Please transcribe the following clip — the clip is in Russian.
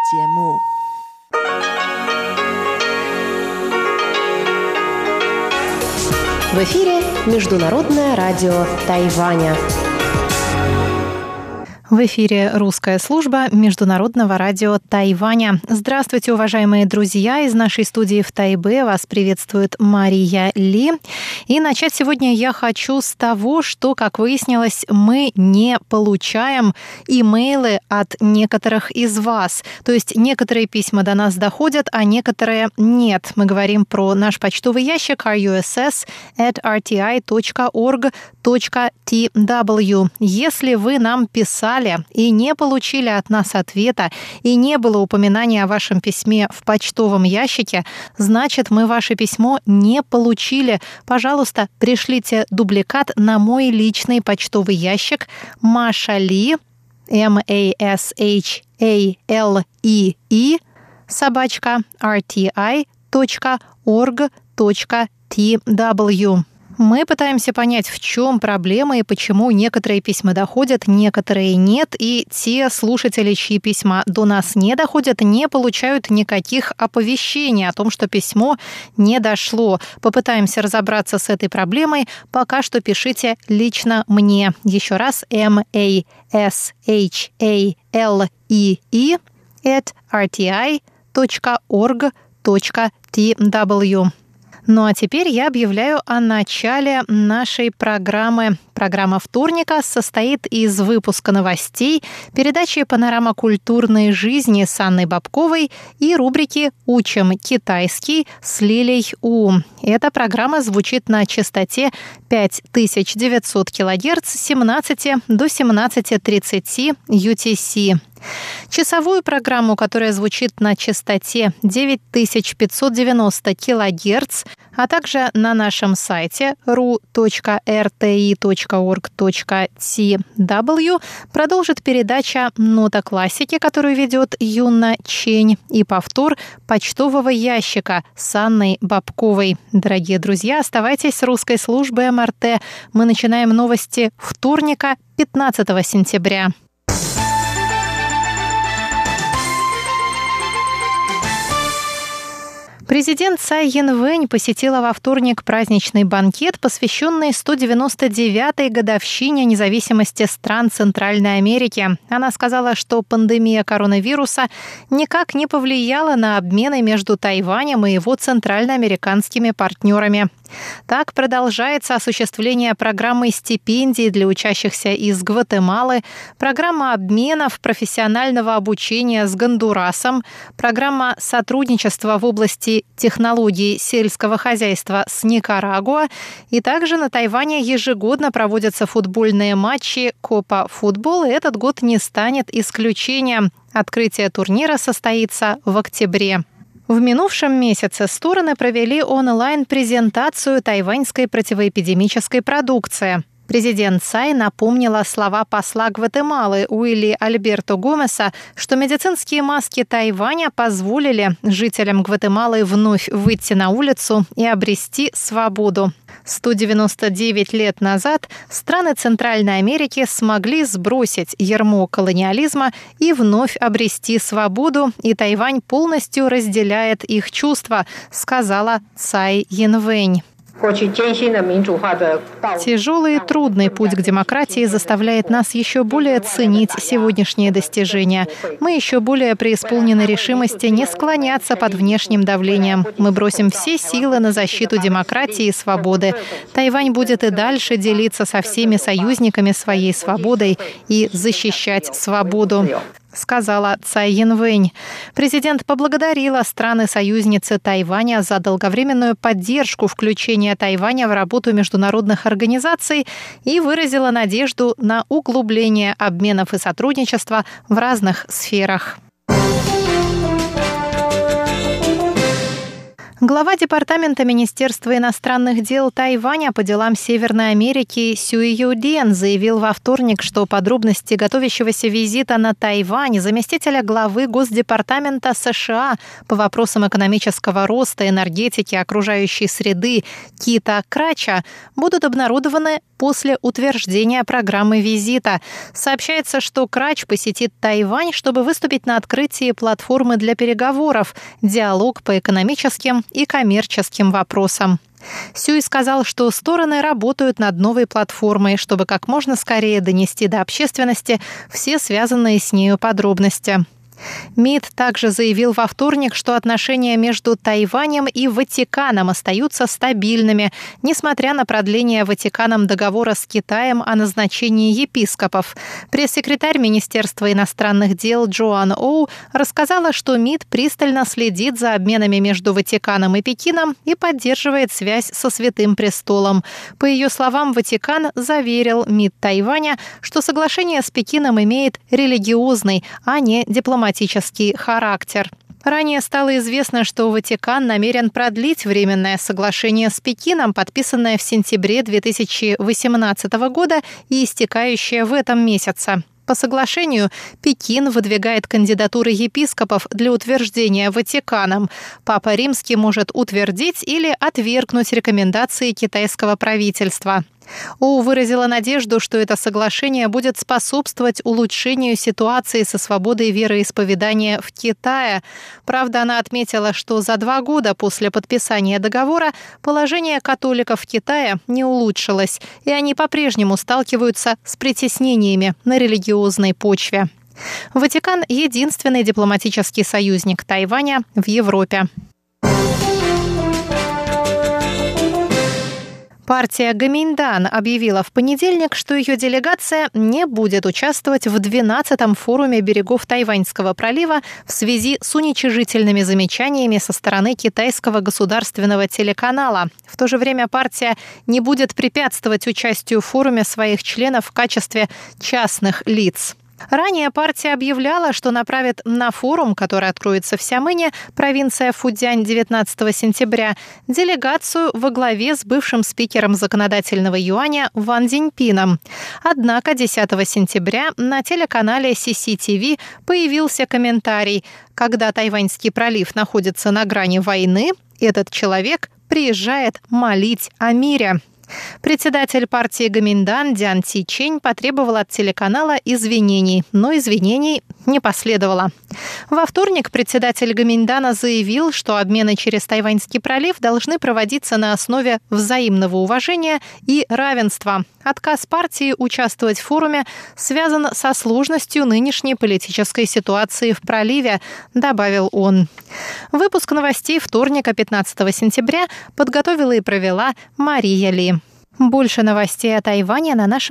В эфире Международное радио Тайваня. В эфире русская служба Международного радио Тайваня. Здравствуйте, уважаемые друзья! Из нашей студии в Тайбе вас приветствует Мария Ли. И начать сегодня я хочу с того, что, как выяснилось, мы не получаем имейлы от некоторых из вас. То есть некоторые письма до нас доходят, а некоторые нет. Мы говорим про наш почтовый ящик russ@rti.org.tw. Если вы нам писали и не получили от нас ответа, и не было упоминания о вашем письме в почтовом ящике, значит, мы ваше письмо не получили. Пожалуйста, пришлите дубликат на мой личный почтовый ящик Маша Ли, MASHALEE, @rti.org.tw. Мы пытаемся понять, в чем проблема и почему некоторые письма доходят, некоторые нет, и те слушатели, чьи письма до нас не доходят, не получают никаких оповещений о том, что письмо не дошло. Попытаемся разобраться с этой проблемой. Пока что пишите лично мне. Еще раз, MASHALEE@rti.org.tw. Ну а теперь я объявляю о начале нашей программы. Программа вторника состоит из выпуска новостей, передачи «Панорама культурной жизни» с Анной Бабковой и рубрики «Учим китайский» с Лилей У. Эта программа звучит на частоте 5900 кГц с 17 до 17:30 UTC. Часовую программу, которая звучит на частоте 9590 кГц, а также на нашем сайте ru.rti.org.tw, продолжит передача «Нота классики», которую ведет Юна Чень, и повтор почтового ящика с Анной Бабковой. Дорогие друзья, оставайтесь с русской службой МРТ. Мы начинаем новости вторника, 15 сентября. Президент Цай Янвэнь посетила во вторник праздничный банкет, посвященный 199-й годовщине независимости стран Центральной Америки. Она сказала, что пандемия коронавируса никак не повлияла на обмены между Тайванем и его центральноамериканскими партнерами. Так продолжается осуществление программы стипендий для учащихся из Гватемалы, программа обменов профессионального обучения с Гондурасом, программа сотрудничества в области технологий сельского хозяйства с Никарагуа, и также на Тайване ежегодно проводятся футбольные матчи Копа Футбол, и этот год не станет исключением. Открытие турнира состоится в октябре. В минувшем месяце стороны провели онлайн-презентацию тайваньской противоэпидемической продукции. Президент Цай напомнила слова посла Гватемалы Уилли Альберто Гомеса, что медицинские маски Тайваня позволили жителям Гватемалы вновь выйти на улицу и обрести свободу. 199 лет назад страны Центральной Америки смогли сбросить ярмо колониализма и вновь обрести свободу, и Тайвань полностью разделяет их чувства, сказала Цай Янвэнь. Тяжелый и трудный путь к демократии заставляет нас еще более ценить сегодняшние достижения. Мы еще более преисполнены решимости не склоняться под внешним давлением. Мы бросим все силы на защиту демократии и свободы. Тайвань будет и дальше делиться со всеми союзниками своей свободой и защищать свободу, сказала Цай Янвэнь. Президент поблагодарила страны-союзницы Тайваня за долговременную поддержку включения Тайваня в работу международных организаций и выразила надежду на углубление обменов и сотрудничества в разных сферах. Глава Департамента Министерства иностранных дел Тайваня по делам Северной Америки Сюй Юден заявил во вторник, что подробности готовящегося визита на Тайвань заместителя главы Госдепартамента США по вопросам экономического роста, энергетики, окружающей среды Кита Крача будут обнародованы после утверждения программы визита. Сообщается, что Крач посетит Тайвань, чтобы выступить на открытии платформы для переговоров «Диалог по экономическим и коммерческим вопросам». Сюй сказал, что стороны работают над новой платформой, чтобы как можно скорее донести до общественности все связанные с нею подробности. МИД также заявил во вторник, что отношения между Тайванем и Ватиканом остаются стабильными, несмотря на продление Ватиканом договора с Китаем о назначении епископов. Пресс-секретарь Министерства иностранных дел Джоан Оу рассказала, что МИД пристально следит за обменами между Ватиканом и Пекином и поддерживает связь со Святым Престолом. По ее словам, Ватикан заверил МИД Тайваня, что соглашение с Пекином имеет религиозный, а не дипломатический характер. Ранее стало известно, что Ватикан намерен продлить временное соглашение с Пекином, подписанное в сентябре 2018 года и истекающее в этом месяце. По соглашению, Пекин выдвигает кандидатуры епископов для утверждения Ватиканом. Папа Римский может утвердить или отвергнуть рекомендации китайского правительства. Оу выразила надежду, что это соглашение будет способствовать улучшению ситуации со свободой вероисповедания в Китае. Правда, она отметила, что за 2 года после подписания договора положение католиков в Китае не улучшилось, и они по-прежнему сталкиваются с притеснениями на религиозной почве. Ватикан – единственный дипломатический союзник Тайваня в Европе. Партия Гоминьдан объявила в понедельник, что ее делегация не будет участвовать в 12-м форуме берегов Тайваньского пролива в связи с уничижительными замечаниями со стороны китайского государственного телеканала. В то же время партия не будет препятствовать участию в форуме своих членов в качестве частных лиц. Ранее партия объявляла, что направит на форум, который откроется в Сямыне, провинция Фудзянь, 19 сентября, делегацию во главе с бывшим спикером законодательного юаня Ван Цзиньпином. Однако 10 сентября на телеканале CCTV появился комментарий: когда Тайваньский пролив находится на грани войны, этот человек приезжает молить о мире. Председатель партии Гоминьдан Дзян Цичень потребовал от телеканала извинений, но извинений не последовало. Во вторник председатель Гоминьдана заявил, что обмены через Тайваньский пролив должны проводиться на основе взаимного уважения и равенства. Отказ партии участвовать в форуме связан со сложностью нынешней политической ситуации в проливе, добавил он. Выпуск новостей вторника, 15 сентября, подготовила и провела Мария Ли. Больше новостей о Тайване на нашем